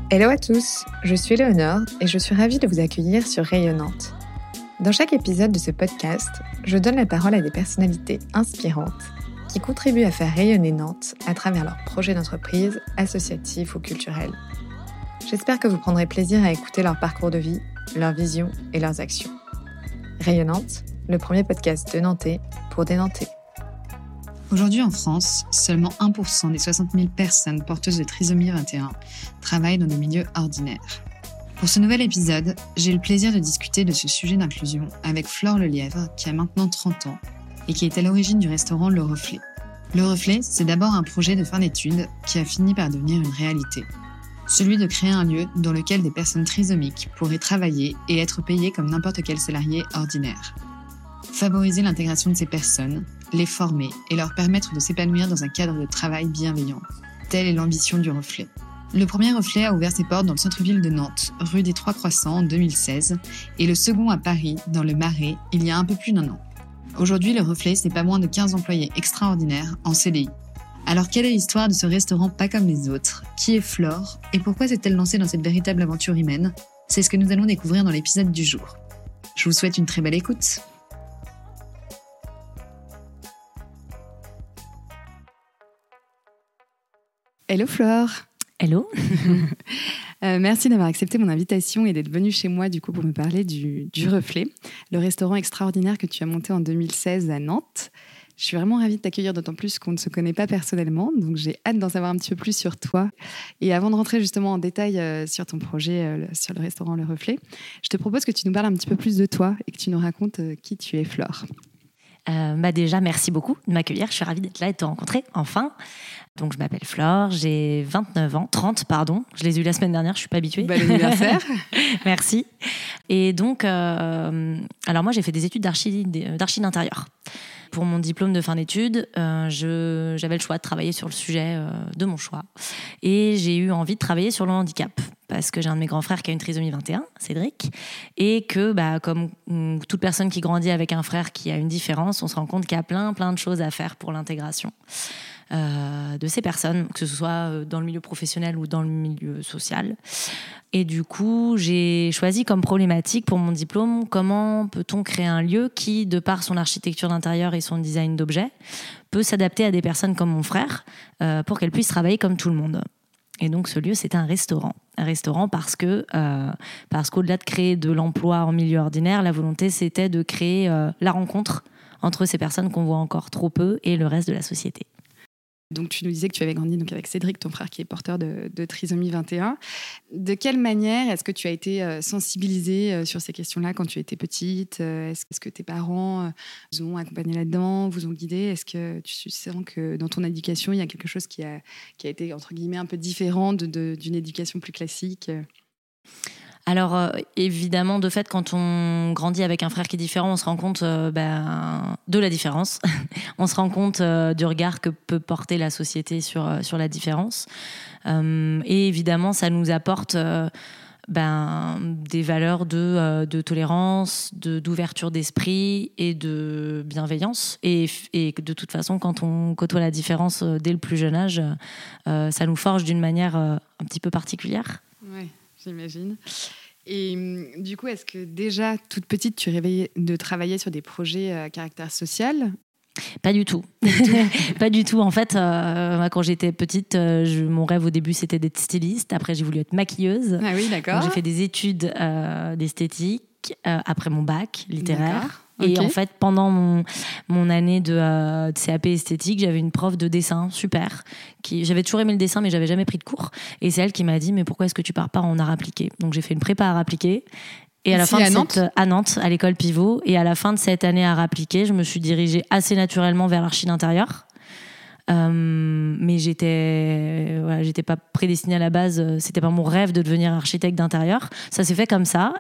Hello à tous, je suis Léonore et je suis ravie de vous accueillir sur Rayonnante. Dans chaque épisode de ce podcast, je donne la parole à des personnalités inspirantes qui contribuent à faire rayonner Nantes à travers leurs projets d'entreprise, associatifs ou culturels. J'espère que vous prendrez plaisir à écouter leur parcours de vie, leurs visions et leurs actions. Rayonnante, le premier podcast de Nantais pour des Nantais. Aujourd'hui en France, seulement 1% des 60 000 personnes porteuses de trisomie 21 travaillent dans des milieux ordinaires. Pour ce nouvel épisode, j'ai le plaisir de discuter de ce sujet d'inclusion avec Flore Lelièvre, qui a maintenant 30 ans et qui est à l'origine du restaurant Le Reflet. Le Reflet, c'est d'abord un projet de fin d'études qui a fini par devenir une réalité. Celui de créer un lieu dans lequel des personnes trisomiques pourraient travailler et être payées comme n'importe quel salarié ordinaire. Favoriser l'intégration de ces personnes, les former et leur permettre de s'épanouir dans un cadre de travail bienveillant. Telle est l'ambition du Reflet. Le premier Reflet a ouvert ses portes dans le centre-ville de Nantes, rue des Trois Croissants en 2016, et le second à Paris, dans le Marais, il y a un peu plus d'1 an. Aujourd'hui, le Reflet, c'est pas moins de 15 employés extraordinaires en CDI. Alors, quelle est l'histoire de ce restaurant pas comme les autres? Qui est Flore? Et pourquoi s'est-elle lancée dans cette véritable aventure humaine? C'est ce que nous allons découvrir dans l'épisode du jour. Je vous souhaite une très belle écoute. Hello Flore. Hello. Merci d'avoir accepté mon invitation et d'être venue chez moi du coup pour me parler du Reflet, le restaurant extraordinaire que tu as monté en 2016 à Nantes. Je suis vraiment ravie de t'accueillir, d'autant plus qu'on ne se connaît pas personnellement, donc j'ai hâte d'en savoir un petit peu plus sur toi. Et avant de rentrer justement en détail sur ton projet, sur le restaurant Le Reflet, je te propose que tu nous parles un petit peu plus de toi et que tu nous racontes qui tu es, Flore. Déjà, merci beaucoup de m'accueillir. Je suis ravie d'être là et de te rencontrer, enfin. Donc, je m'appelle Flore, j'ai 29 ans, 30, pardon. Je les ai eu la semaine dernière, je ne suis pas habituée. Bon anniversaire. Merci. Et donc, alors moi, j'ai fait des études d'archi d'intérieur. Pour mon diplôme de fin d'études, j'avais le choix de travailler sur le sujet de mon choix. Et j'ai eu envie de travailler sur le handicap. Parce que j'ai un de mes grands frères qui a une trisomie 21, Cédric, et que, comme toute personne qui grandit avec un frère qui a une différence, on se rend compte qu'il y a plein de choses à faire pour l'intégration de ces personnes, que ce soit dans le milieu professionnel ou dans le milieu social. Et du coup, j'ai choisi comme problématique pour mon diplôme, comment peut-on créer un lieu qui, de par son architecture d'intérieur et son design d'objets, peut s'adapter à des personnes comme mon frère pour qu'elles puissent travailler comme tout le monde. Et donc, ce lieu, c'était un restaurant. Un restaurant parce qu'au-delà de créer de l'emploi en milieu ordinaire, la volonté, c'était de créer la rencontre entre ces personnes qu'on voit encore trop peu et le reste de la société. Donc, tu nous disais que tu avais grandi donc, avec Cédric, ton frère qui est porteur de trisomie 21. De quelle manière est-ce que tu as été sensibilisée sur ces questions-là quand tu étais petite? Est-ce que tes parents vous ont accompagné là-dedans, vous ont guidé? Est-ce que tu sens que dans ton éducation, il y a quelque chose qui a été, entre guillemets, un peu différent d'une éducation plus classique? Alors, évidemment, de fait, quand on grandit avec un frère qui est différent, on se rend compte de la différence. On se rend compte du regard que peut porter la société sur la différence. Et évidemment, ça nous apporte des valeurs de tolérance, d'ouverture d'esprit et de bienveillance. Et de toute façon, quand on côtoie la différence dès le plus jeune âge, ça nous forge d'une manière un petit peu particulière. Oui, j'imagine. Et du coup, est-ce que déjà, toute petite, tu rêvais de travailler sur des projets à caractère social? Pas du tout. Pas du tout. En fait, quand j'étais petite, mon rêve au début, c'était d'être styliste. Après, j'ai voulu être maquilleuse. Ah oui, d'accord. Donc, j'ai fait des études d'esthétique après mon bac littéraire. D'accord. Et Okay. en fait, pendant mon année de CAP esthétique, j'avais une prof de dessin super. J'avais toujours aimé le dessin, mais j'avais jamais pris de cours. Et c'est elle qui m'a dit, mais pourquoi est-ce que tu pars pas en art appliqué? Donc j'ai fait une prépa art appliqué. Et à Nantes, à l'école Pivot. Et à la fin de cette année art appliqué, je me suis dirigée assez naturellement vers l'archi d'intérieur. Mais j'étais pas prédestinée à la base. C'était pas mon rêve de devenir architecte d'intérieur. Ça s'est fait comme ça.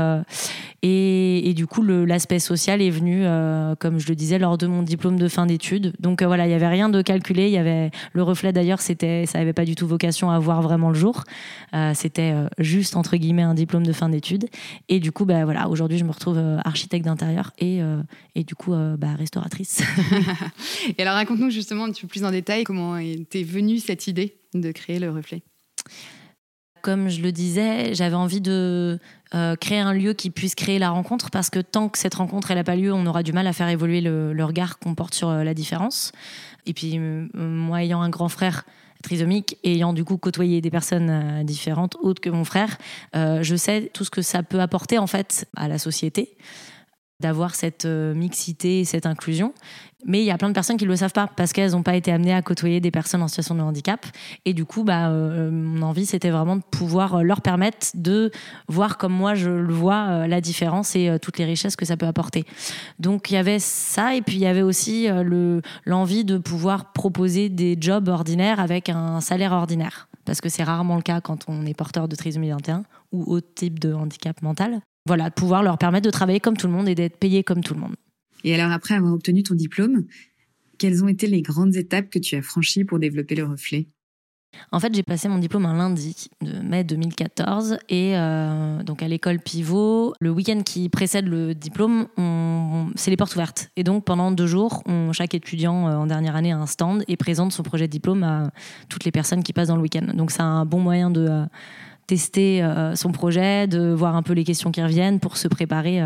Et du coup, l'aspect social est venu, comme je le disais, lors de mon diplôme de fin d'études. Donc voilà, il y avait rien de calculé. Il y avait le Reflet d'ailleurs, ça avait pas du tout vocation à voir vraiment le jour. C'était juste entre guillemets un diplôme de fin d'études. Et du coup, voilà, aujourd'hui, je me retrouve architecte d'intérieur et du coup, restauratrice. Et alors, raconte-nous justement un petit peu plus en détail comment t'es venue cette idée de créer le Reflet. comme je le disais, j'avais envie de créer un lieu qui puisse créer la rencontre, parce que tant que cette rencontre n'a pas lieu, on aura du mal à faire évoluer le regard qu'on porte sur la différence. Et puis moi, ayant un grand frère trisomique et ayant du coup côtoyé des personnes différentes, autres que mon frère, je sais tout ce que ça peut apporter en fait à la société, d'avoir cette mixité, cette inclusion. Mais il y a plein de personnes qui ne le savent pas parce qu'elles n'ont pas été amenées à côtoyer des personnes en situation de handicap. Et du coup, mon envie, c'était vraiment de pouvoir leur permettre de voir comme moi je le vois, la différence et toutes les richesses que ça peut apporter. Donc il y avait ça, et puis il y avait aussi l'envie de pouvoir proposer des jobs ordinaires avec un salaire ordinaire. Parce que c'est rarement le cas quand on est porteur de trisomie 21 ou autre type de handicap mental. Voilà, de pouvoir leur permettre de travailler comme tout le monde et d'être payé comme tout le monde. Et alors, après avoir obtenu ton diplôme, quelles ont été les grandes étapes que tu as franchies pour développer le reflet ? En fait, j'ai passé mon diplôme un lundi de mai 2014 et donc à l'école Pivot, le week-end qui précède le diplôme, c'est les portes ouvertes. Et donc pendant 2 jours, chaque étudiant en dernière année a un stand et présente son projet de diplôme à toutes les personnes qui passent dans le week-end. Donc c'est un bon moyen de tester son projet, de voir un peu les questions qui reviennent pour se préparer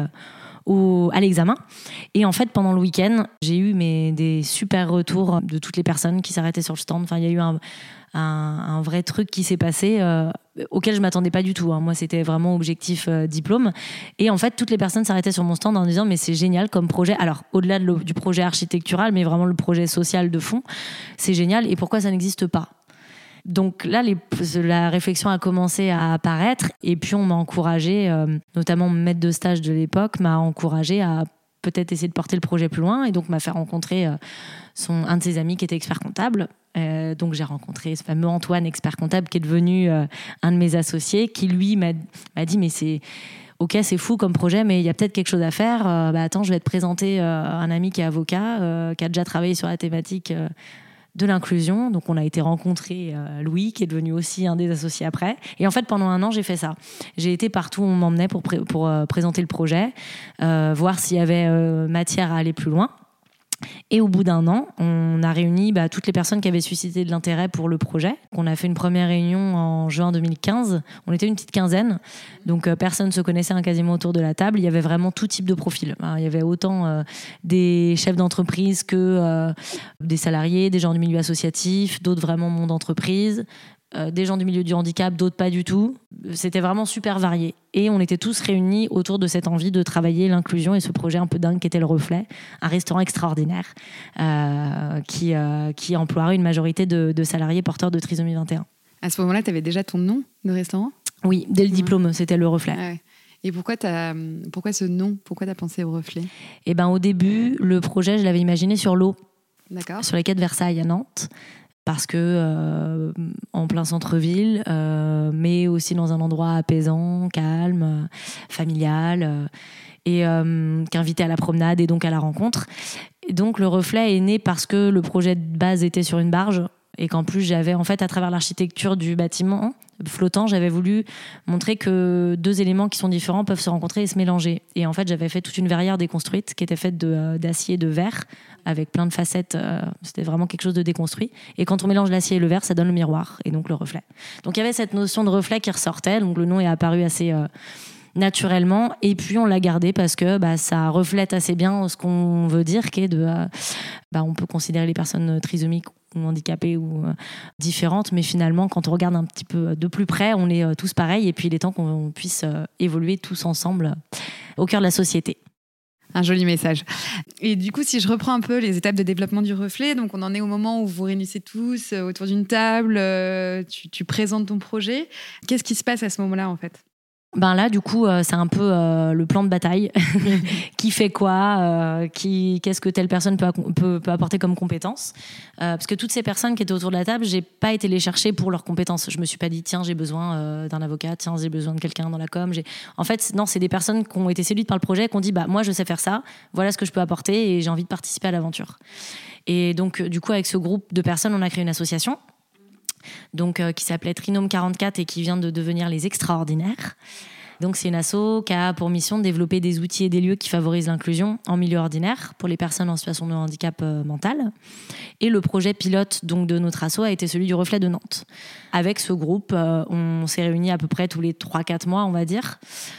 à l'examen. Et en fait, pendant le week-end, j'ai eu des super retours de toutes les personnes qui s'arrêtaient sur le stand. Enfin, il y a eu un vrai truc qui s'est passé auquel je m'attendais pas du tout. Moi, c'était vraiment objectif diplôme. Et en fait, toutes les personnes s'arrêtaient sur mon stand en disant mais c'est génial comme projet. Alors, au-delà du projet architectural, mais vraiment le projet social de fond, c'est génial. Et pourquoi ça n'existe pas ? Donc là, la réflexion a commencé à apparaître, et puis on m'a encouragé, notamment mon maître de stage de l'époque m'a encouragé à peut-être essayer de porter le projet plus loin, et donc m'a fait rencontrer un de ses amis qui était expert comptable. Donc j'ai rencontré ce fameux Antoine, expert comptable, qui est devenu un de mes associés, qui lui m'a dit mais c'est ok, c'est fou comme projet, mais il y a peut-être quelque chose à faire. Attends, je vais te présenter un ami qui est avocat, qui a déjà travaillé sur la thématique de l'inclusion. Donc on a été rencontrer Louis, qui est devenu aussi un des associés après. Et en fait, pendant 1 an, j'ai fait ça. J'ai été partout où on m'emmenait pour présenter le projet, voir s'il y avait matière à aller plus loin. Et au bout d'1 an, on a réuni toutes les personnes qui avaient suscité de l'intérêt pour le projet. On a fait une première réunion en juin 2015. On était une petite quinzaine, donc personne ne se connaissait quasiment autour de la table. Il y avait vraiment tout type de profil. Il y avait autant des chefs d'entreprise que des salariés, des gens du milieu associatif, d'autres vraiment monde d'entreprise, des gens du milieu du handicap, d'autres pas du tout. C'était vraiment super varié. Et on était tous réunis autour de cette envie de travailler l'inclusion et ce projet un peu dingue qui était le Reflet, un restaurant extraordinaire qui emploierait une majorité de salariés porteurs de trisomie 21. À ce moment-là, tu avais déjà ton nom de restaurant ? Oui, dès le diplôme, c'était le Reflet. Ah ouais. Et pourquoi ce nom ? Pourquoi tu as pensé au Reflet ? Au début, le projet, je l'avais imaginé sur l'eau. D'accord. Sur les quais de Versailles à Nantes. Parce que en plein centre-ville, mais aussi dans un endroit apaisant, calme, familial, et qui invitait à la promenade et donc à la rencontre. Et donc le Reflet est né parce que le projet de base était sur une barge, et qu'en plus j'avais, en fait, à travers l'architecture du bâtiment flottant, j'avais voulu montrer que 2 éléments qui sont différents peuvent se rencontrer et se mélanger. Et en fait, j'avais fait toute une verrière déconstruite qui était faite d'acier et de verre, avec plein de facettes. C'était vraiment quelque chose de déconstruit. Et quand on mélange l'acier et le verre, ça donne le miroir, et donc le reflet. Donc il y avait cette notion de reflet qui ressortait, donc le nom est apparu assez naturellement, et puis on l'a gardé parce que ça reflète assez bien ce qu'on veut dire, qui est on peut considérer les personnes trisomiques ou handicapées ou différentes, mais finalement quand on regarde un petit peu de plus près, on est tous pareils, et puis il est temps qu'on puisse évoluer tous ensemble au cœur de la société. Un joli message. Et du coup, si je reprends un peu les étapes de développement du Reflet, donc on en est au moment où vous vous réunissez tous autour d'une table, tu présentes ton projet. Qu'est-ce qui se passe à ce moment-là, en fait ? Là, du coup, c'est un peu le plan de bataille. Qui fait quoi, qu'est-ce que telle personne peut apporter comme compétences. Parce que toutes ces personnes qui étaient autour de la table, j'ai pas été les chercher pour leurs compétences. Je me suis pas dit, tiens, j'ai besoin d'un avocat, tiens, j'ai besoin de quelqu'un dans la com. En fait, non, c'est des personnes qui ont été séduites par le projet, qui ont dit, moi, je sais faire ça, voilà ce que je peux apporter, et j'ai envie de participer à l'aventure. Et donc, du coup, avec ce groupe de personnes, on a créé une association. Donc, qui s'appelait Trinôme 44 et qui vient de devenir les Extraordinaires. Donc c'est une asso qui a pour mission de développer des outils et des lieux qui favorisent l'inclusion en milieu ordinaire pour les personnes en situation de handicap mental. Et le projet pilote donc de notre asso a été celui du Reflet de Nantes. Avec ce groupe, on s'est réunis à peu près tous les 3-4 mois, on va dire,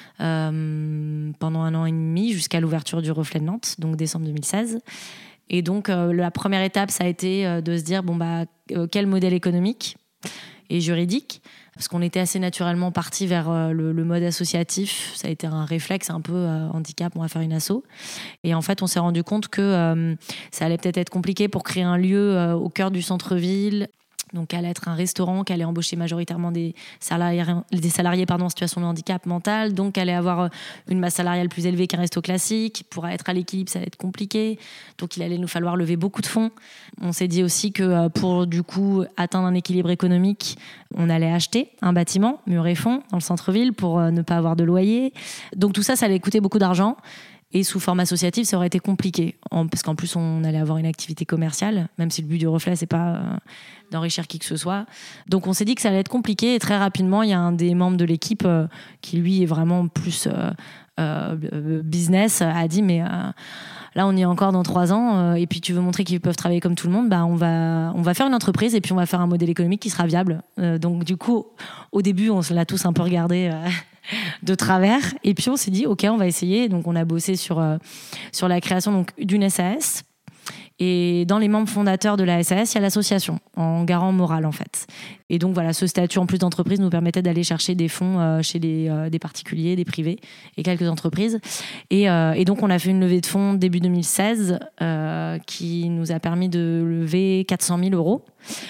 pendant 1 an et demi jusqu'à l'ouverture du Reflet de Nantes, donc décembre 2016. Et donc la première étape, ça a été de se dire quel modèle économique et juridique, parce qu'on était assez naturellement parti vers le mode associatif. Ça a été un réflexe un peu handicap, on va faire une asso. Et en fait, on s'est rendu compte que ça allait peut-être être compliqué pour créer un lieu au cœur du centre-ville. Donc, elle allait être un restaurant qui allait embaucher majoritairement des salariés en situation de handicap mental. Donc, elle allait avoir une masse salariale plus élevée qu'un resto classique. Pour être à l'équilibre, ça allait être compliqué. Donc, il allait nous falloir lever beaucoup de fonds. On s'est dit aussi que pour, du coup, atteindre un équilibre économique, on allait acheter un bâtiment, mur et fond, dans le centre-ville pour ne pas avoir de loyer. Donc, tout ça, ça allait coûter beaucoup d'argent. Et sous forme associative, ça aurait été compliqué. Parce qu'en plus, on allait avoir une activité commerciale, même si le but du Reflet, c'est pas d'enrichir qui que ce soit. Donc, on s'est dit que ça allait être compliqué. Et très rapidement, il y a un des membres de l'équipe qui, lui, est vraiment plus business, a dit, mais là, on y est encore dans 3 ans. Et puis, tu veux montrer qu'ils peuvent travailler comme tout le monde, on va faire une entreprise et puis on va faire un modèle économique qui sera viable. Donc, du coup, au début, on l'a tous un peu regardé de travers. Et puis on s'est dit, OK, on va essayer. Donc on a bossé sur la création donc, d'une SAS. Et dans les membres fondateurs de la SAS, il y a l'association, en garant moral en fait. Et donc voilà, ce statut en plus d'entreprise nous permettait d'aller chercher des fonds chez des particuliers, des privés et quelques entreprises. Et donc on a fait une levée de fonds début 2016 qui nous a permis de lever 400 000 euros.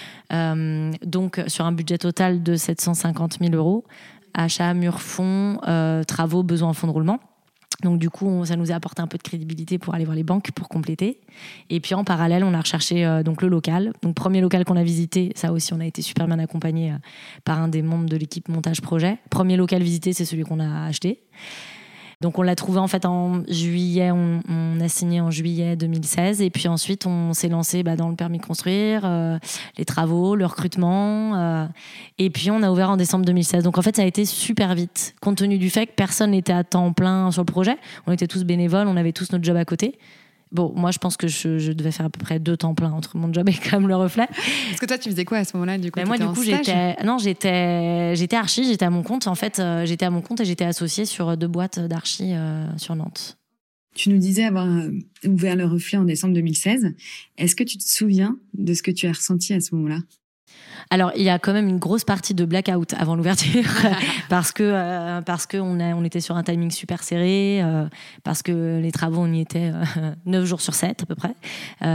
Donc sur un budget total de 750 000 euros. Achat, mur, fonds, travaux, besoins en fonds de roulement. Donc du coup, ça nous a apporté un peu de crédibilité pour aller voir les banques pour compléter. Et puis en parallèle, on a recherché donc le local. Donc premier local qu'on a visité, ça aussi, on a été super bien accompagné par un des membres de l'équipe montage projet. Premier local visité, c'est celui qu'on a acheté. Donc on l'a trouvé en fait en juillet, on a signé en juillet 2016 et puis ensuite on s'est lancé dans le permis de construire, les travaux, le recrutement et puis on a ouvert en décembre 2016. Donc en fait ça a été super vite compte tenu du fait que personne n'était à temps plein sur le projet. On était tous bénévoles, on avait tous notre job à côté. Bon, moi, je pense que je devais faire à peu près 2 temps plein entre mon job et quand même le Reflet. Parce que toi, tu faisais quoi à ce moment-là, du coup? Moi, du coup, j'étais archi, j'étais à mon compte. En fait, j'étais à mon compte et j'étais associée sur 2 boîtes d'archi sur Nantes. Tu nous disais avoir ouvert le Reflet en décembre 2016. Est-ce que tu te souviens de ce que tu as ressenti à ce moment-là? Alors, il y a quand même une grosse partie de blackout avant l'ouverture parce que on était sur un timing super serré, parce que les travaux, on y était 9 jours sur 7 à peu près.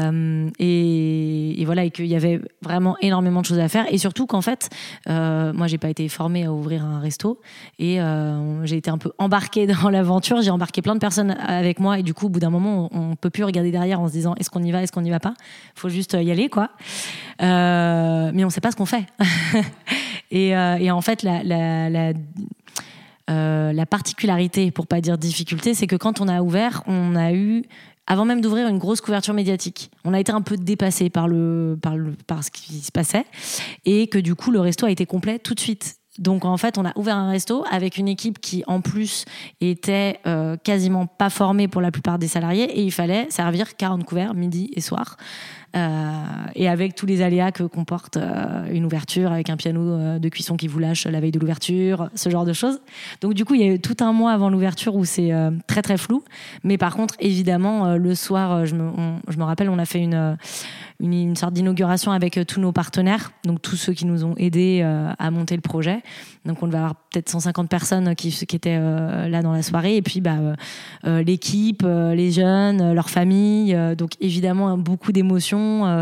Et voilà, et qu'il y avait vraiment énormément de choses à faire. Et surtout qu'en fait, moi, j'ai pas été formée à ouvrir un resto et j'ai été un peu embarquée dans l'aventure. J'ai embarqué plein de personnes avec moi et du coup, au bout d'un moment, on peut plus regarder derrière en se disant est-ce qu'on y va, est-ce qu'on y va pas. Faut juste y aller, quoi. Mais on sait pas ce qu'on fait. et en fait, la particularité, pour pas dire difficulté, c'est que quand on a ouvert, on a eu, avant même d'ouvrir, une grosse couverture médiatique. On a été un peu dépassé par ce qui se passait et que du coup, le resto a été complet tout de suite. Donc en fait, on a ouvert un resto avec une équipe qui en plus était quasiment pas formée pour la plupart des salariés et il fallait servir 40 couverts midi et soir. Et avec tous les aléas que comporte une ouverture, avec un piano de cuisson qui vous lâche la veille de l'ouverture, ce genre de choses. Donc du coup, il y a eu tout un mois avant l'ouverture où c'est très très flou. Mais par contre, évidemment, le soir, je me rappelle, on a fait une sorte d'inauguration avec tous nos partenaires, donc tous ceux qui nous ont aidés à monter le projet. Donc on devait avoir peut-être 150 personnes qui étaient là dans la soirée. Et puis l'équipe, les jeunes, leurs familles. Donc évidemment, beaucoup d'émotions.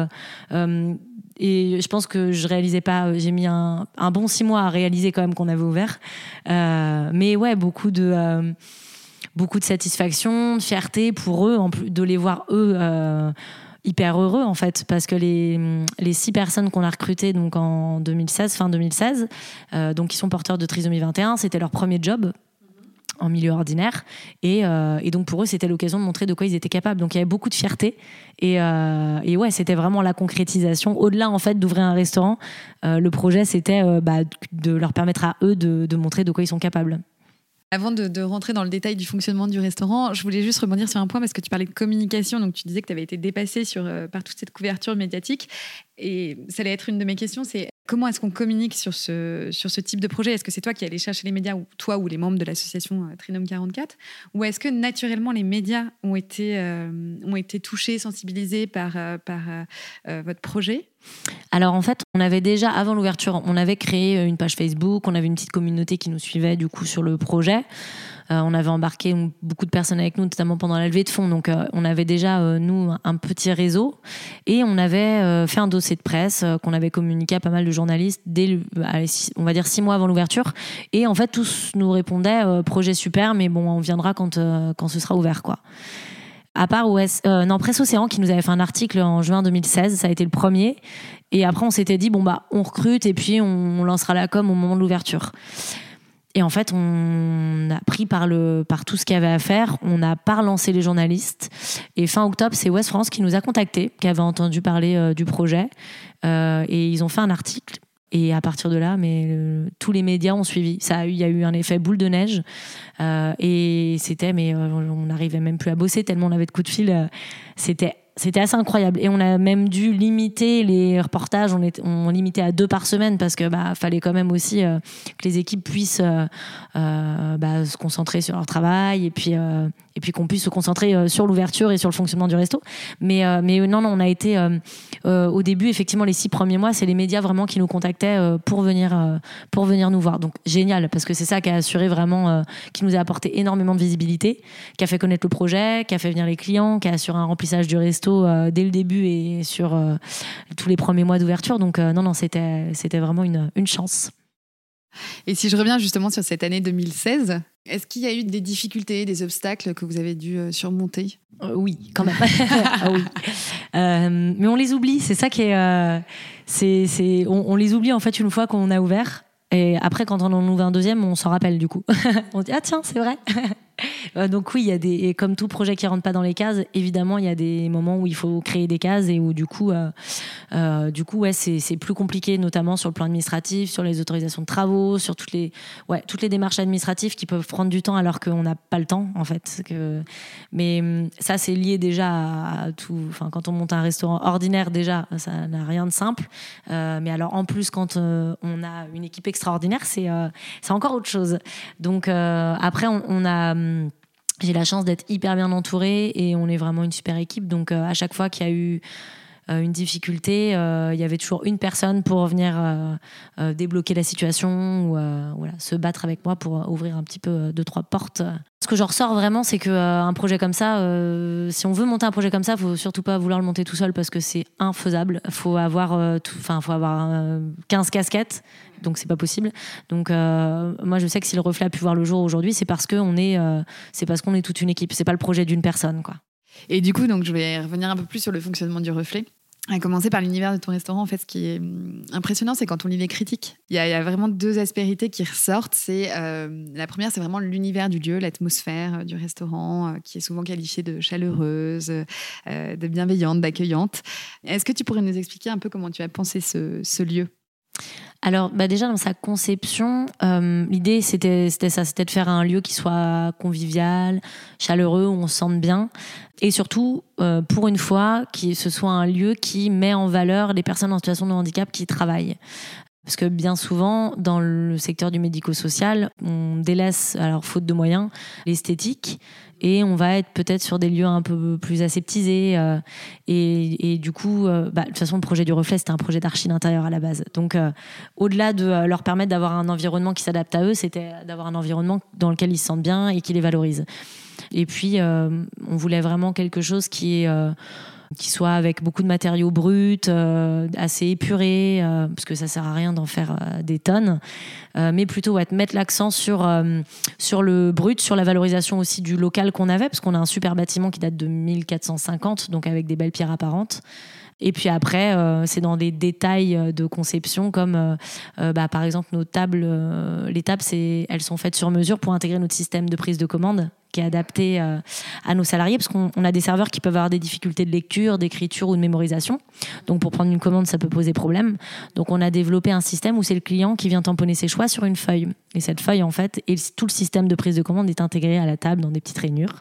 Et je pense que je réalisais pas, j'ai mis un bon 6 mois à réaliser quand même qu'on avait ouvert. Mais ouais, beaucoup de satisfaction, de fierté pour eux, en plus de les voir eux hyper heureux en fait, parce que les 6 personnes qu'on a recrutées donc en 2016, fin 2016, donc qui sont porteurs de trisomie 21, c'était leur premier job en milieu ordinaire et donc pour eux c'était l'occasion de montrer de quoi ils étaient capables, donc il y avait beaucoup de fierté et ouais, c'était vraiment la concrétisation au-delà en fait d'ouvrir un restaurant. Le projet c'était de leur permettre à eux de montrer de quoi ils sont capables. Avant de rentrer dans le détail du fonctionnement du restaurant, je voulais juste rebondir sur un point parce que tu parlais de communication. Donc, tu disais que tu avais été dépassée par toute cette couverture médiatique. Et ça allait être une de mes questions, c'est comment est-ce qu'on communique sur ce type de projet ? Est-ce que c'est toi qui allais chercher les médias, ou toi ou les membres de l'association Trinôme 44 ? Ou est-ce que naturellement les médias ont été touchés, sensibilisés par votre projet ? Alors en fait, on avait déjà, avant l'ouverture, on avait créé une page Facebook, on avait une petite communauté qui nous suivait du coup sur le projet. On avait embarqué beaucoup de personnes avec nous, notamment pendant la levée de fonds. Donc on avait déjà, nous, un petit réseau. Et on avait fait un dossier de presse qu'on avait communiqué à pas mal de journalistes on va dire 6 mois avant l'ouverture. Et en fait, tous nous répondaient projet super, mais bon, on viendra quand ce sera ouvert, quoi. À part Presse Océan qui nous avait fait un article en juin 2016, ça a été le premier. Et après, on s'était dit, on recrute et puis on lancera la com au moment de l'ouverture. Et en fait, on a pris par tout ce qu'il y avait à faire. On n'a pas relancé les journalistes. Et fin octobre, c'est Ouest France qui nous a contactés, qui avait entendu parler du projet. Et ils ont fait un article. Et à partir de là, tous les médias ont suivi. Il y a eu un effet boule de neige. Et on n'arrivait même plus à bosser tellement on avait de coups de fil. C'était assez incroyable. Et on a même dû limiter les reportages. On limitait à 2 par semaine parce que fallait quand même aussi que les équipes puissent se concentrer sur leur travail et puis qu'on puisse se concentrer sur l'ouverture et sur le fonctionnement du resto. Mais non, on a été au début, effectivement, les 6 premiers mois, c'est les médias vraiment qui nous contactaient pour venir nous voir. Donc génial, parce que c'est ça qui a assuré vraiment, qui nous a apporté énormément de visibilité, qui a fait connaître le projet, qui a fait venir les clients, qui a assuré un remplissage du resto dès le début et sur tous les premiers mois d'ouverture. Donc non, c'était vraiment une chance. Et si je reviens justement sur cette année 2016, est-ce qu'il y a eu des difficultés, des obstacles que vous avez dû surmonter ? Oui, quand même. Ah, oui. Mais on les oublie, c'est ça qui est... on les oublie en fait une fois qu'on a ouvert. Et après, quand on en ouvre un deuxième, on s'en rappelle du coup. On dit, ah tiens, c'est vrai. Donc oui, et comme tout projet qui rentre pas dans les cases, évidemment, il y a des moments où il faut créer des cases et où du coup, c'est plus compliqué, notamment sur le plan administratif, sur les autorisations de travaux, sur toutes les démarches administratives qui peuvent prendre du temps alors qu'on n'a pas le temps, en fait. Mais ça, c'est lié déjà à tout. Enfin, quand on monte un restaurant ordinaire, déjà, ça n'a rien de simple. Mais alors, en plus, quand on a une équipe extraordinaire, c'est encore autre chose. Donc après, j'ai la chance d'être hyper bien entourée et on est vraiment une super équipe. Donc à chaque fois qu'il y a eu une difficulté, il y avait toujours une personne pour venir débloquer la situation ou se battre avec moi pour ouvrir un petit peu 2-3 portes. Ce que je ressors vraiment, c'est qu'un projet comme ça, si on veut monter un projet comme ça, il ne faut surtout pas vouloir le monter tout seul parce que c'est infaisable. Il faut avoir 15 casquettes. Donc c'est pas possible. Donc moi je sais que si le Reflet a pu voir le jour aujourd'hui, c'est parce qu'on est toute une équipe. C'est pas le projet d'une personne, quoi. Et du coup, donc je vais revenir un peu plus sur le fonctionnement du Reflet. À commencer par l'univers de ton restaurant, en fait, ce qui est impressionnant, c'est quand on lit les critiques. Il y a vraiment 2 aspérités qui ressortent. La première, c'est vraiment l'univers du lieu, l'atmosphère du restaurant, qui est souvent qualifiée de chaleureuse, de bienveillante, d'accueillante. Est-ce que tu pourrais nous expliquer un peu comment tu as pensé ce lieu ? Alors déjà dans sa conception, l'idée c'était de faire un lieu qui soit convivial, chaleureux, où on se sente bien et surtout pour une fois que ce soit un lieu qui met en valeur les personnes en situation de handicap qui travaillent. Parce que bien souvent, dans le secteur du médico-social, on délaisse, alors faute de moyens, l'esthétique et on va être peut-être sur des lieux un peu plus aseptisés. Et du coup, de toute façon, le projet du Reflet, c'était un projet d'archi d'intérieur à la base. Donc, au-delà de leur permettre d'avoir un environnement qui s'adapte à eux, c'était d'avoir un environnement dans lequel ils se sentent bien et qui les valorise. Et puis, on voulait vraiment quelque chose qui soit avec beaucoup de matériaux bruts, assez épurés, parce que ça sert à rien d'en faire des tonnes, mais plutôt mettre l'accent sur le brut, sur la valorisation aussi du local qu'on avait, parce qu'on a un super bâtiment qui date de 1450, donc avec des belles pierres apparentes. Et puis après, c'est dans des détails de conception comme par exemple nos tables. Les tables, elles sont faites sur mesure pour intégrer notre système de prise de commande qui est adapté à nos salariés, parce qu'on a des serveurs qui peuvent avoir des difficultés de lecture, d'écriture ou de mémorisation. Donc pour prendre une commande, ça peut poser problème. Donc on a développé un système où c'est le client qui vient tamponner ses choix sur une feuille. Et cette feuille, en fait, et tout le système de prise de commande est intégré à la table dans des petites rainures.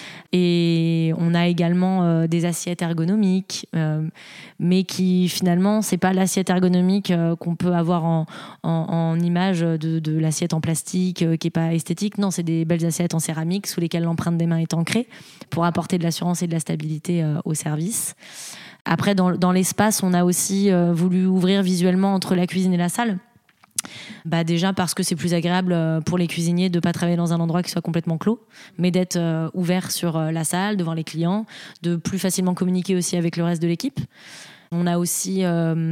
Et on a également des assiettes ergonomiques, mais qui finalement, c'est pas l'assiette ergonomique qu'on peut avoir en image de l'assiette en plastique qui est pas esthétique. Non, c'est des belles assiettes en céramique sous lesquelles l'empreinte des mains est ancrée pour apporter de l'assurance et de la stabilité au service. Après, dans l'espace, on a aussi voulu ouvrir visuellement entre la cuisine et la salle. Déjà parce que c'est plus agréable pour les cuisiniers de ne pas travailler dans un endroit qui soit complètement clos, mais d'être ouvert sur la salle, devant les clients, de plus facilement communiquer aussi avec le reste de l'équipe. On a aussi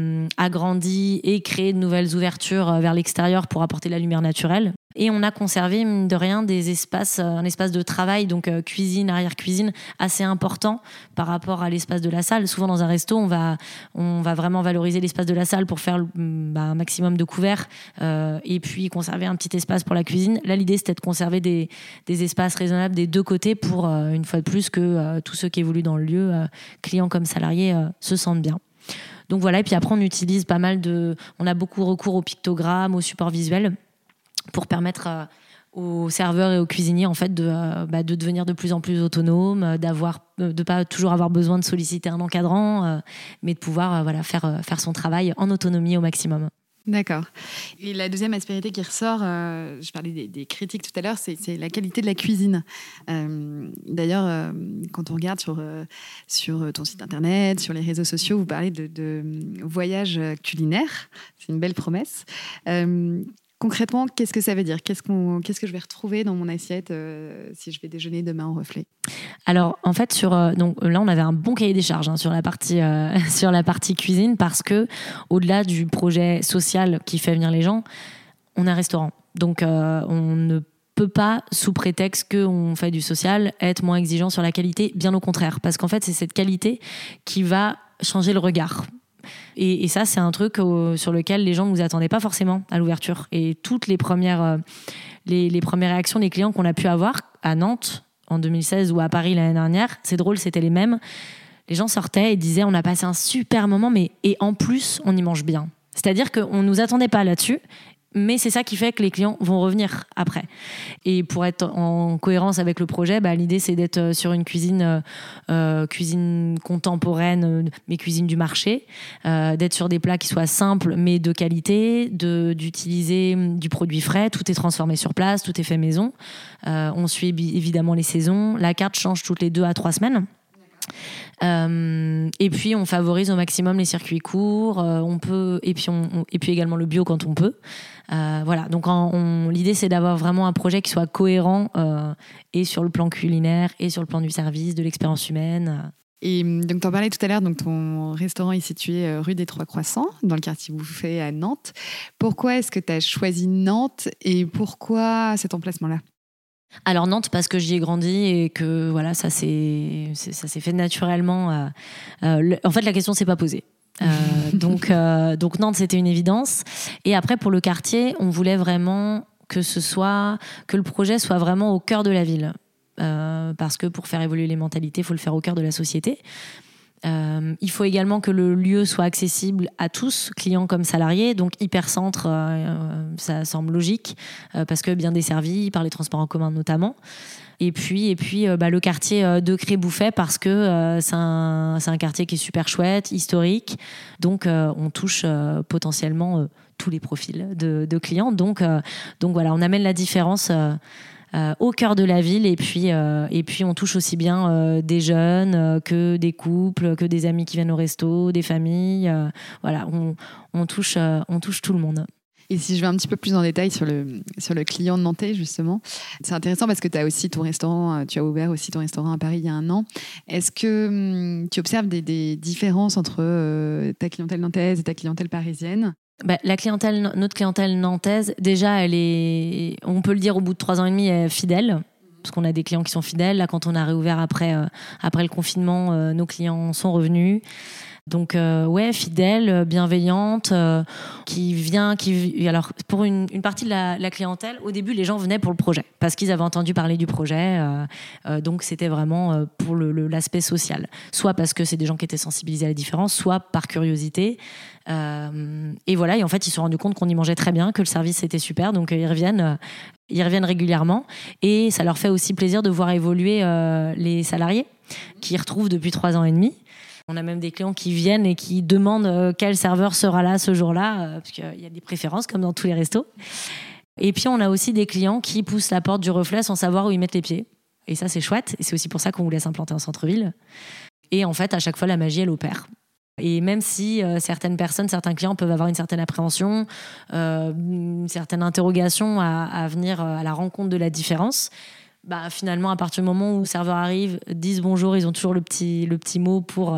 agrandi et créé de nouvelles ouvertures vers l'extérieur pour apporter la lumière naturelle. Et on a conservé, mine de rien, un espace de travail, donc cuisine, arrière-cuisine, assez important par rapport à l'espace de la salle. Souvent, dans un resto, on va vraiment valoriser l'espace de la salle pour faire un maximum de couverts et puis conserver un petit espace pour la cuisine. Là, l'idée, c'était de conserver des espaces raisonnables des deux côtés pour, une fois de plus, que tous ceux qui évoluent dans le lieu, clients comme salariés, se sentent bien. Donc voilà, et puis après, on utilise on a beaucoup recours aux pictogrammes, aux supports visuels, pour permettre aux serveurs et aux cuisiniers en fait de devenir de plus en plus autonomes, de pas toujours avoir besoin de solliciter un encadrant, mais de pouvoir faire son travail en autonomie au maximum. D'accord. Et la deuxième aspérité qui ressort, je parlais des critiques tout à l'heure, c'est la qualité de la cuisine. D'ailleurs, quand on regarde sur ton site internet, sur les réseaux sociaux, vous parlez de voyage culinaire. C'est une belle promesse. Concrètement, qu'est-ce que ça veut dire ? Qu'est-ce que je vais retrouver dans mon assiette si je vais déjeuner demain au Reflet ? Alors, en fait, donc là, on avait un bon cahier des charges sur la partie cuisine, parce que au-delà du projet social qui fait venir les gens, on est un restaurant. Donc, on ne peut pas, sous prétexte qu'on fait du social, être moins exigeant sur la qualité. Bien au contraire, parce qu'en fait, c'est cette qualité qui va changer le regard. Et ça, c'est un truc sur lequel les gens ne nous attendaient pas forcément à l'ouverture. Et toutes les premières réactions des clients qu'on a pu avoir à Nantes en 2016 ou à Paris l'année dernière, c'est drôle, c'était les mêmes. Les gens sortaient et disaient « on a passé un super moment, et en plus, on y mange bien ». C'est-à-dire qu'on ne nous attendait pas là-dessus, mais c'est ça qui fait que les clients vont revenir après. Et pour être en cohérence avec le projet, l'idée, c'est d'être sur une cuisine contemporaine, mais cuisine du marché, d'être sur des plats qui soient simples, mais de qualité, d'utiliser du produit frais. Tout est transformé sur place, tout est fait maison. On suit évidemment les saisons. La carte change toutes les 2 à 3 semaines. Et puis on favorise au maximum les circuits courts, et puis également le bio quand on peut. Voilà, donc l'idée, c'est d'avoir vraiment un projet qui soit cohérent et sur le plan culinaire et sur le plan du service, de l'expérience humaine. Et donc, tu en parlais tout à l'heure, donc ton restaurant est situé rue des Trois Croissants, dans le quartier Bouffay à Nantes. Pourquoi est-ce que tu as choisi Nantes et pourquoi cet emplacement-là ? Alors Nantes, parce que j'y ai grandi et que voilà, ça s'est fait naturellement. En fait, la question s'est pas posée. Donc Nantes, c'était une évidence. Et après, pour le quartier, on voulait vraiment que le projet soit vraiment au cœur de la ville, parce que pour faire évoluer les mentalités, il faut le faire au cœur de la société. Il faut également que le lieu soit accessible à tous, clients comme salariés, donc hypercentre, ça semble logique, parce que bien desservi par les transports en commun notamment. Et puis le quartier de Cré-Bouffay, parce que c'est un quartier qui est super chouette, historique, donc on touche potentiellement tous les profils de clients. Donc voilà, on amène la différence au cœur de la ville, et puis on touche aussi bien des jeunes que des couples, que des amis qui viennent au resto, des familles. Voilà, on touche tout le monde. Et si je vais un petit peu plus en détail sur le client nantais, justement, c'est intéressant parce que tu as ouvert aussi ton restaurant à Paris il y a 1 an. Est-ce que tu observes des différences entre ta clientèle nantaise et ta clientèle parisienne ? Notre clientèle nantaise, déjà, on peut le dire, au bout de 3 ans et demi, elle est fidèle. parce qu'on a des clients qui sont fidèles. Là, quand on a réouvert après le confinement, nos clients sont revenus. Donc fidèle, bienveillante, alors pour une partie de la clientèle, au début les gens venaient pour le projet parce qu'ils avaient entendu parler du projet, donc c'était vraiment pour l'aspect social, soit parce que c'est des gens qui étaient sensibilisés à la différence, soit par curiosité. Et en fait ils se sont rendus compte qu'on y mangeait très bien, que le service était super, donc ils reviennent régulièrement, et ça leur fait aussi plaisir de voir évoluer les salariés qui y retrouvent depuis 3 ans et demi. On a même des clients qui viennent et qui demandent quel serveur sera là ce jour-là, parce qu'il y a des préférences comme dans tous les restos. Et puis on a aussi des clients qui poussent la porte du Reflet sans savoir où ils mettent les pieds. Et ça, c'est chouette. Et c'est aussi pour ça qu'on vous laisse implanter en centre-ville. Et en fait, à chaque fois, la magie, elle opère. Et même si certaines clients peuvent avoir une certaine appréhension, une certaine interrogation à venir à la rencontre de la différence, finalement, à partir du moment où le serveur arrive, disent bonjour, ils ont toujours le petit mot pour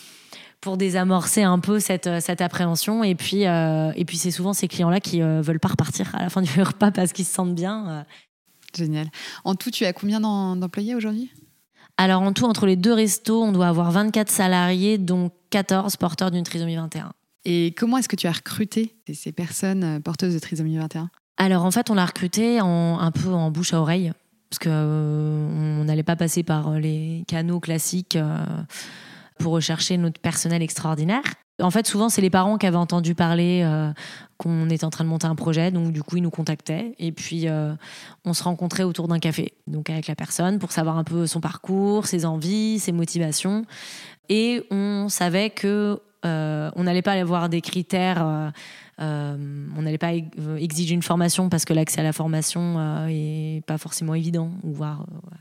désamorcer un peu cette appréhension. Et puis c'est souvent ces clients-là qui veulent pas repartir à la fin du repas parce qu'ils se sentent bien. Génial. En tout, tu as combien d'employés aujourd'hui ? Alors en tout, entre les 2 restos, on doit avoir 24 salariés, dont 14 porteurs d'une trisomie 21. Et comment est-ce que tu as recruté ces personnes porteuses de trisomie 21 ? Alors en fait, on l'a recruté un peu en bouche à oreille, parce qu'on n'allait pas passer par les canaux classiques pour rechercher notre personnel extraordinaire. En fait, souvent, c'est les parents qui avaient entendu parler qu'on était en train de monter un projet, donc du coup, ils nous contactaient. Et puis, on se rencontrait autour d'un café, donc avec la personne, pour savoir un peu son parcours, ses envies, ses motivations. Et on savait que on n'allait pas avoir des critères... on n'allait pas exiger une formation parce que l'accès à la formation est pas forcément évident, ou voire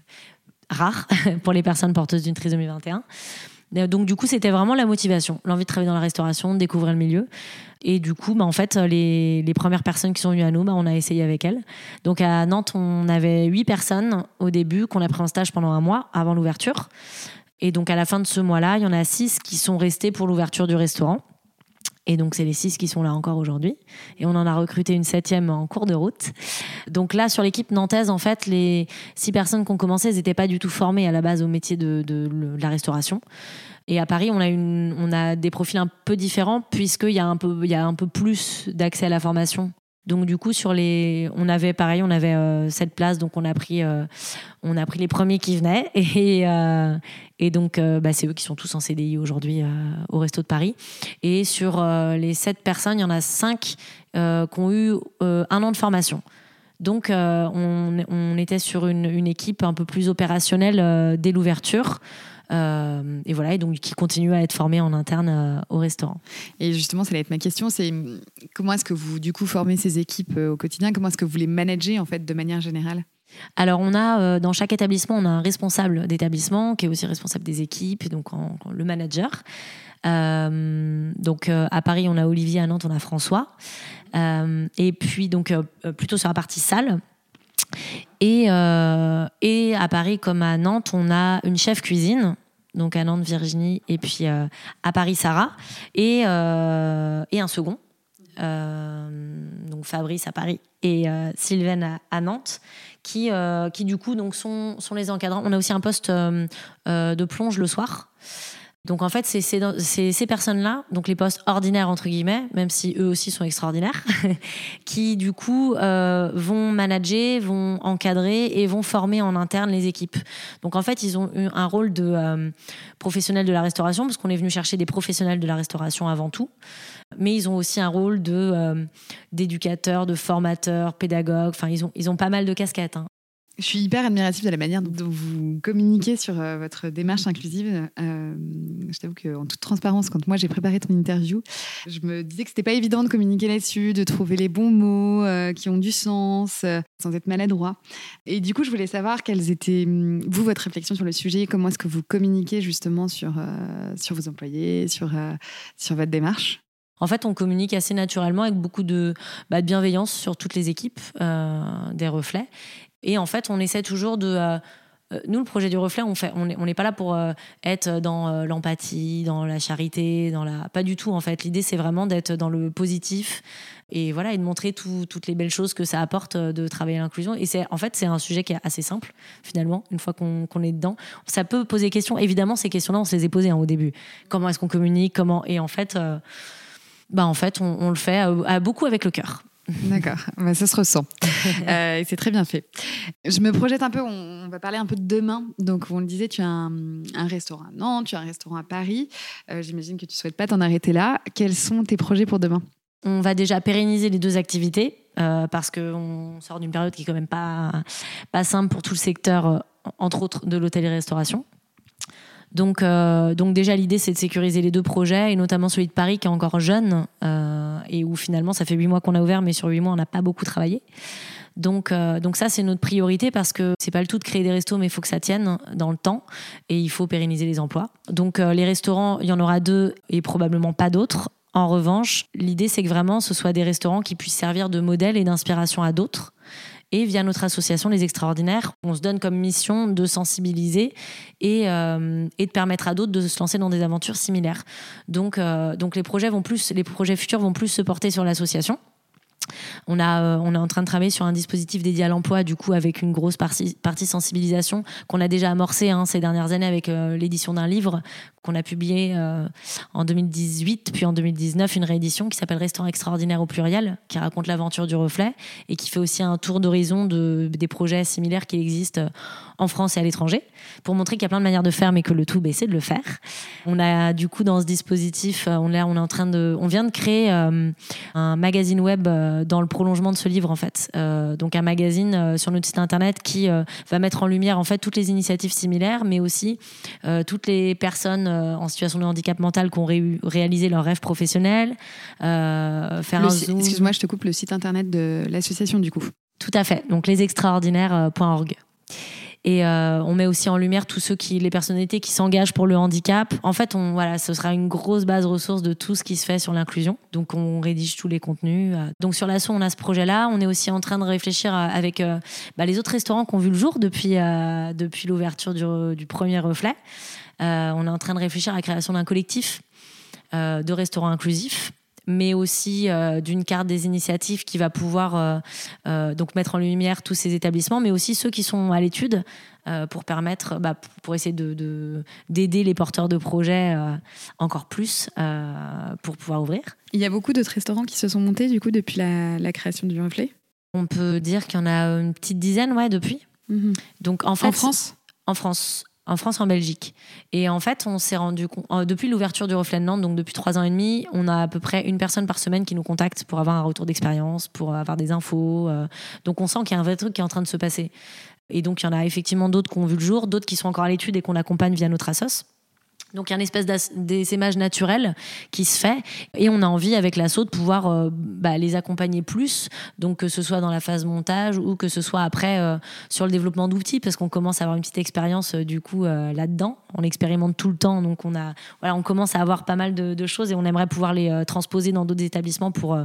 rare pour les personnes porteuses d'une trisomie 21. Donc du coup, c'était vraiment la motivation, l'envie de travailler dans la restauration, de découvrir le milieu. Et du coup, en fait, les premières personnes qui sont venues à nous, on a essayé avec elles. Donc à Nantes, on avait 8 personnes au début qu'on a pris en stage pendant 1 mois avant l'ouverture. Et donc à la fin de ce mois-là, il y en a 6 qui sont restés pour l'ouverture du restaurant. Et donc, c'est les 6 qui sont là encore aujourd'hui. Et on en a recruté une 7e en cours de route. Donc là, sur l'équipe nantaise, en fait, les 6 personnes qui ont commencé, elles n'étaient pas du tout formées à la base au métier de la restauration. Et à Paris, on a des profils un peu différents, puisqu'il y a un peu plus d'accès à la formation. Donc du coup, on avait 7 places, donc on a pris les premiers qui venaient, et donc c'est eux qui sont tous en CDI aujourd'hui au Resto de Paris. Et sur les 7 personnes, il y en a 5 qui ont eu 1 an de formation. Donc on était sur une équipe un peu plus opérationnelle dès l'ouverture. Et donc qui continue à être formé en interne au restaurant. Et justement, ça allait être ma question, c'est comment est-ce que vous du coup formez ces équipes au quotidien ? Comment est-ce que vous les managez en fait de manière générale ? Alors on a dans chaque établissement, on a un responsable d'établissement qui est aussi responsable des équipes, donc le manager. Donc à Paris, on a Olivier, à Nantes, on a François. Et puis donc plutôt sur la partie salle. Et à Paris comme à Nantes, on a une chef cuisine, donc à Nantes Virginie, et puis à Paris Sarah, et un second, donc Fabrice à Paris et Sylvaine à Nantes, qui du coup donc sont les encadrants. On a aussi un poste de plonge le soir. Donc en fait, c'est ces personnes-là, donc les postes ordinaires entre guillemets, même si eux aussi sont extraordinaires, qui du coup vont manager, vont encadrer et vont former en interne les équipes. Donc en fait, ils ont eu un rôle de professionnels de la restauration, parce qu'on est venu chercher des professionnels de la restauration avant tout. Mais ils ont aussi un rôle d'éducateurs, de formateurs, pédagogues. Enfin, ils ont pas mal de casquettes. Je suis hyper admirative de la manière dont vous communiquez sur votre démarche inclusive. Je t'avoue qu'en toute transparence, quand moi j'ai préparé ton interview, je me disais que c'était pas évident de communiquer là-dessus, de trouver les bons mots qui ont du sens, sans être maladroit. Et du coup, je voulais savoir quelles étaient, vous, votre réflexion sur le sujet, comment est-ce que vous communiquez justement sur vos employés, sur votre démarche ? En fait, on communique assez naturellement avec beaucoup de bienveillance sur toutes les équipes des Reflets. Et en fait, on essaie toujours de nous, le projet du Reflet, on n'est pas là pour être dans l'empathie, dans la charité, pas du tout en fait. L'idée, c'est vraiment d'être dans le positif et voilà, et de montrer toutes les belles choses que ça apporte de travailler l'inclusion. Et c'est un sujet qui est assez simple finalement. Une fois qu'on est dedans, ça peut poser question. Évidemment, ces questions-là, on se les est posées au début. Comment est-ce qu'on communique ? Et en fait, on le fait beaucoup avec le cœur. D'accord, ça se ressent. C'est très bien fait. Je me projette un peu, on va parler un peu de demain. Donc, on le disait, tu as un restaurant à Nantes, tu as un restaurant à Paris. J'imagine que tu ne souhaites pas t'en arrêter là. Quels sont tes projets pour demain ? On va déjà pérenniser les 2 activités parce qu'on sort d'une période qui est quand même pas simple pour tout le secteur, entre autres de l'hôtellerie-restauration. Donc déjà, l'idée, c'est de sécuriser les 2 projets, et notamment celui de Paris qui est encore jeune et où finalement, ça fait 8 mois qu'on a ouvert, mais sur 8 mois, on n'a pas beaucoup travaillé. Donc ça, c'est notre priorité parce que c'est pas le tout de créer des restos, mais il faut que ça tienne dans le temps et il faut pérenniser les emplois. Donc les restaurants, il y en aura 2 et probablement pas d'autres. En revanche, l'idée, c'est que vraiment, ce soit des restaurants qui puissent servir de modèle et d'inspiration à d'autres. Et via notre association Les Extraordinaires, on se donne comme mission de sensibiliser et de permettre à d'autres de se lancer dans des aventures similaires. Donc les projets futurs vont plus se porter sur l'association. On est en train de travailler sur un dispositif dédié à l'emploi, du coup, avec une grosse partie sensibilisation qu'on a déjà amorcée ces dernières années avec l'édition d'un livre qu'on a publié en 2018, puis en 2019, une réédition qui s'appelle Restaurant extraordinaire au pluriel, qui raconte l'aventure du Reflet et qui fait aussi un tour d'horizon des projets similaires qui existent en France et à l'étranger, pour montrer qu'il y a plein de manières de faire, mais que le tout, c'est de le faire. On a du coup dans ce dispositif, on vient de créer un magazine web dans le prolongement de ce livre en fait. Donc un magazine sur notre site internet qui va mettre en lumière en fait toutes les initiatives similaires, mais aussi toutes les personnes en situation de handicap mental qui ont réalisé leurs rêves professionnels. Excuse-moi, je te coupe, le site internet de l'association du coup. Tout à fait, donc lesextraordinaires.org. Et on met aussi en lumière les personnalités qui s'engagent pour le handicap. En fait, ce sera une grosse base ressource de tout ce qui se fait sur l'inclusion. Donc, on rédige tous les contenus. Donc, sur l'asso, on a ce projet-là. On est aussi en train de réfléchir avec les autres restaurants qui ont vu le jour depuis l'ouverture du premier Reflet. On est en train de réfléchir à la création d'un collectif de restaurants inclusifs, mais aussi d'une carte des initiatives qui va pouvoir donc mettre en lumière tous ces établissements, mais aussi ceux qui sont à l'étude pour permettre, pour essayer d'aider les porteurs de projets encore plus pour pouvoir ouvrir. Il y a beaucoup d'autres restaurants qui se sont montés du coup depuis la création du Reflet. On peut dire qu'il y en a une petite dizaine, depuis. Mm-hmm. Donc en fait, En France. En France, en Belgique. Et en fait, on s'est rendu compte, depuis l'ouverture du Reflet de Nantes, donc depuis 3 ans et demi, on a à peu près une personne par semaine qui nous contacte pour avoir un retour d'expérience, pour avoir des infos. Donc on sent qu'il y a un vrai truc qui est en train de se passer. Et donc il y en a effectivement d'autres qui ont vu le jour, d'autres qui sont encore à l'étude et qu'on accompagne via notre assos. Donc il y a une espèce d'essaimage naturel qui se fait et on a envie avec l'asso de pouvoir les accompagner plus, donc que ce soit dans la phase montage ou que ce soit après sur le développement d'outils, parce qu'on commence à avoir une petite expérience là-dedans, on expérimente tout le temps, donc on commence à avoir pas mal de choses et on aimerait pouvoir les transposer dans d'autres établissements pour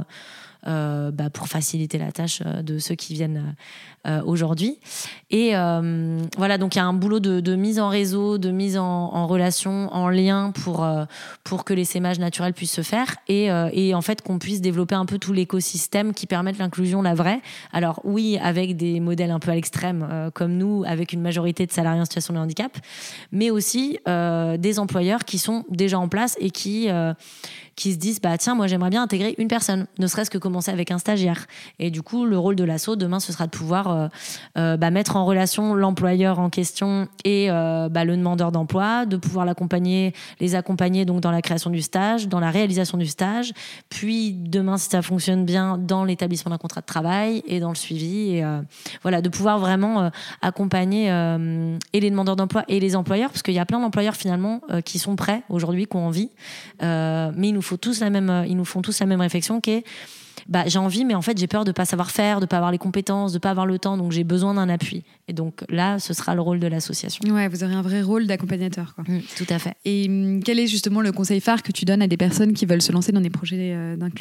faciliter la tâche de ceux qui viennent aujourd'hui. Et donc il y a un boulot de mise en réseau, de mise en relation, en lien pour que l'essaimage naturel puisse se faire et en fait qu'on puisse développer un peu tout l'écosystème qui permette l'inclusion, la vraie. Alors oui, avec des modèles un peu à l'extrême comme nous, avec une majorité de salariés en situation de handicap, mais aussi des employeurs qui sont déjà en place et qui se disent tiens, moi j'aimerais bien intégrer une personne, ne serait-ce que commencer avec un stagiaire. Et du coup, le rôle de l'asso demain, ce sera de pouvoir mettre en relation l'employeur en question et le demandeur d'emploi, de pouvoir les accompagner donc dans la création du stage, dans la réalisation du stage, puis demain, si ça fonctionne bien, dans l'établissement d'un contrat de travail et dans le suivi. Et de pouvoir vraiment accompagner et les demandeurs d'emploi et les employeurs, parce qu'il y a plein d'employeurs finalement qui sont prêts aujourd'hui, qui ont envie, mais ils nous font tous la même réflexion qui est j'ai envie, mais en fait j'ai peur de pas savoir faire, de pas avoir les compétences, de pas avoir le temps, donc j'ai besoin d'un appui. Et donc là, ce sera le rôle de l'association. Ouais, vous aurez un vrai rôle d'accompagnateur, quoi. Tout à fait. Et quel est justement le conseil phare que tu donnes à des personnes qui veulent se lancer dans des projets d'inclusion ?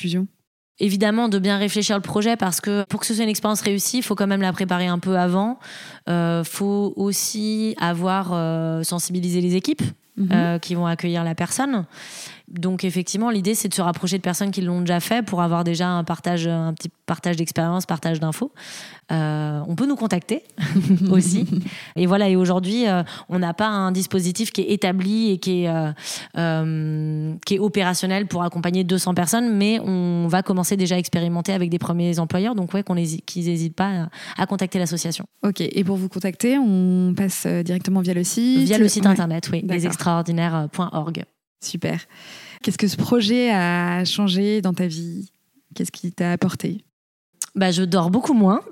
Évidemment, de bien réfléchir le projet parce que pour que ce soit une expérience réussie, il faut quand même la préparer un peu avant. Faut aussi avoir sensibilisé les équipes qui vont accueillir la personne. Donc effectivement, l'idée, c'est de se rapprocher de personnes qui l'ont déjà fait pour avoir déjà un petit partage d'expérience, partage d'infos. On peut nous contacter aussi. Et voilà, et aujourd'hui, on n'a pas un dispositif qui est établi et qui est opérationnel pour accompagner 200 personnes, mais on va commencer déjà à expérimenter avec des premiers employeurs. Donc qu'ils n'hésitent pas à contacter l'association. Ok, et pour vous contacter, on passe directement via le site ? Via le site internet, oui, lesextraordinaires.org. Super. Qu'est-ce que ce projet a changé dans ta vie ? Qu'est-ce qui t'a apporté ? Je dors beaucoup moins.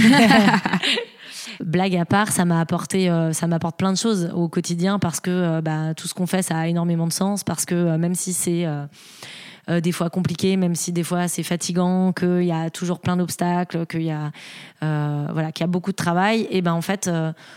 Blague à part, ça m'apporte plein de choses au quotidien parce que tout ce qu'on fait, ça a énormément de sens. Parce que même si c'est des fois compliqué, même si des fois c'est fatigant, qu'il y a toujours plein d'obstacles, qu'il y a beaucoup de travail, et en fait...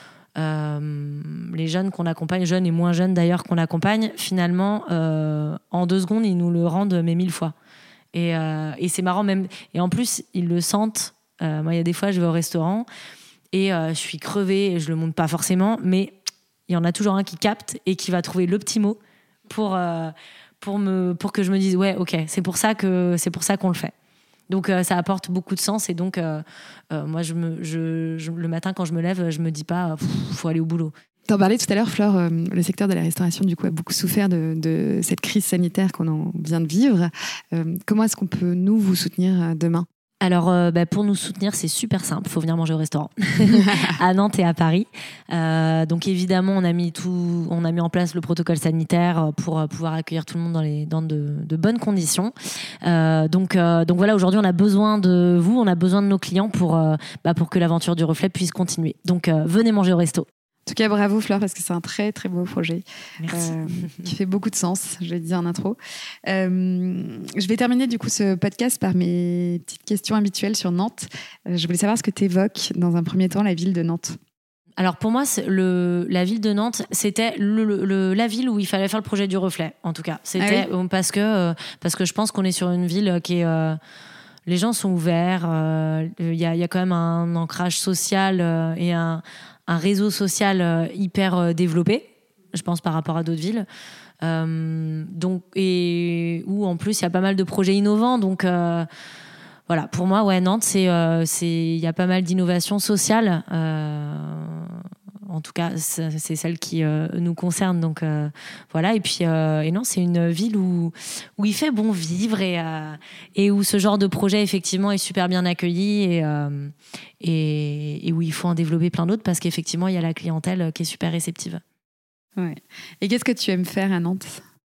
les jeunes qu'on accompagne, jeunes et moins jeunes d'ailleurs qu'on accompagne, finalement, en 2 secondes, ils nous le rendent 1000 fois. Et c'est marrant même. Et en plus, ils le sentent. Moi, il y a des fois, je vais au restaurant et je suis crevée et je le montre pas forcément, mais il y en a toujours un qui capte et qui va trouver le petit mot pour que je me dise ouais, ok, c'est pour ça qu'on le fait. Donc ça apporte beaucoup de sens et donc moi le matin quand je me lève, je me dis pas faut aller au boulot. T'en parlais tout à l'heure, Flore, le secteur de la restauration du coup a beaucoup souffert de cette crise sanitaire qu'on vient de vivre. Comment est-ce qu'on peut nous vous soutenir demain ? Alors, pour nous soutenir, c'est super simple. Il faut venir manger au restaurant à Nantes et à Paris. Donc, évidemment, on a mis en place le protocole sanitaire pour pouvoir accueillir tout le monde dans de bonnes conditions. Donc voilà, aujourd'hui, on a besoin de vous, on a besoin de nos clients pour que l'aventure du reflet puisse continuer. Donc, venez manger au resto. En tout cas, bravo Flore, parce que c'est un très très beau projet. Merci. Qui fait beaucoup de sens, je l'ai dit en intro. Je vais terminer du coup ce podcast par mes petites questions habituelles sur Nantes. Je voulais savoir ce que tu évoques dans un premier temps la ville de Nantes. Alors pour moi, la ville de Nantes, c'était la ville où il fallait faire le projet du reflet, en tout cas. C'était parce que je pense qu'on est sur une ville qui est... les gens sont ouverts, y a quand même un ancrage social et un réseau social hyper développé, je pense, par rapport à d'autres villes. Et où, en plus, il y a pas mal de projets innovants. Donc, voilà, pour moi, Nantes, il y a pas mal d'innovations sociales. En tout cas, c'est celle qui nous concerne. Donc, voilà. Et puis, non, c'est une ville où il fait bon vivre et où ce genre de projet, effectivement, est super bien accueilli et où il faut en développer plein d'autres parce qu'effectivement, il y a la clientèle qui est super réceptive. Ouais. Et qu'est-ce que tu aimes faire à Nantes ?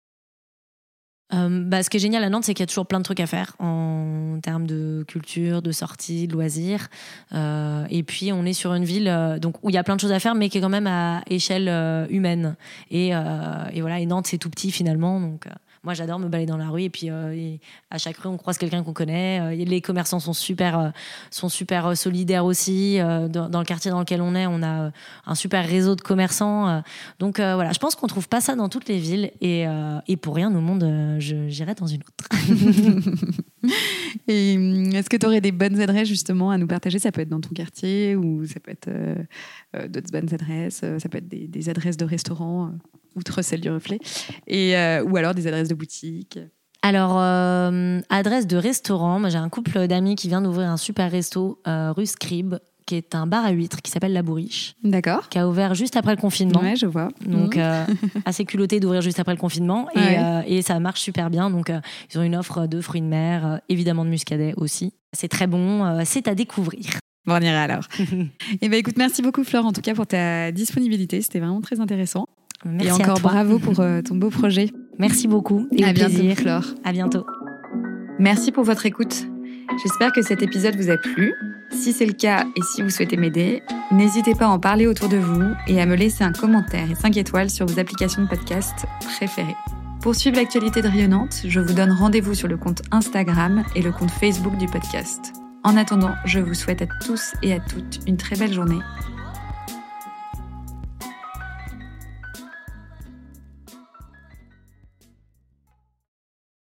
Ce qui est génial à Nantes, c'est qu'il y a toujours plein de trucs à faire en termes de culture, de sorties, de loisirs. Et puis, on est sur une ville donc, où il y a plein de choses à faire, mais qui est quand même à échelle humaine. Et voilà, et Nantes, c'est tout petit finalement. Donc, moi, j'adore me balader dans la rue. Et puis, à chaque rue, on croise quelqu'un qu'on connaît. Les commerçants sont super solidaires aussi. Dans le quartier dans lequel on est, on a un super réseau de commerçants. Donc, voilà, je pense qu'on ne trouve pas ça dans toutes les villes. Et pour rien au monde, j'irai dans une autre. Et est-ce que tu aurais des bonnes adresses justement à nous partager ? Ça peut être dans ton quartier ou ça peut être d'autres bonnes adresses. Ça peut être des adresses de restaurants, outre celle du reflet. Ou alors des adresses de boutiques. Alors, adresse de restaurant. Moi, j'ai un couple d'amis qui vient d'ouvrir un super resto rue Scribe, qui est un bar à huîtres qui s'appelle La Bourriche. D'accord. Qui a ouvert juste après le confinement. Ouais, je vois. Donc, assez culotté d'ouvrir juste après le confinement. Et ça marche super bien. Donc, ils ont une offre de fruits de mer, évidemment de muscadet aussi. C'est très bon. C'est à découvrir. Bon, on ira alors. Écoute, merci beaucoup Flore, en tout cas, pour ta disponibilité. C'était vraiment très intéressant. Merci et encore à toi. Bravo pour ton beau projet. Merci beaucoup. Et à au bientôt, plaisir. Flore. À bientôt. Merci pour votre écoute. J'espère que cet épisode vous a plu. Si c'est le cas et si vous souhaitez m'aider, n'hésitez pas à en parler autour de vous et à me laisser un commentaire et 5 étoiles sur vos applications de podcast préférées. Pour suivre l'actualité de Rayonnante, je vous donne rendez-vous sur le compte Instagram et le compte Facebook du podcast. En attendant, je vous souhaite à tous et à toutes une très belle journée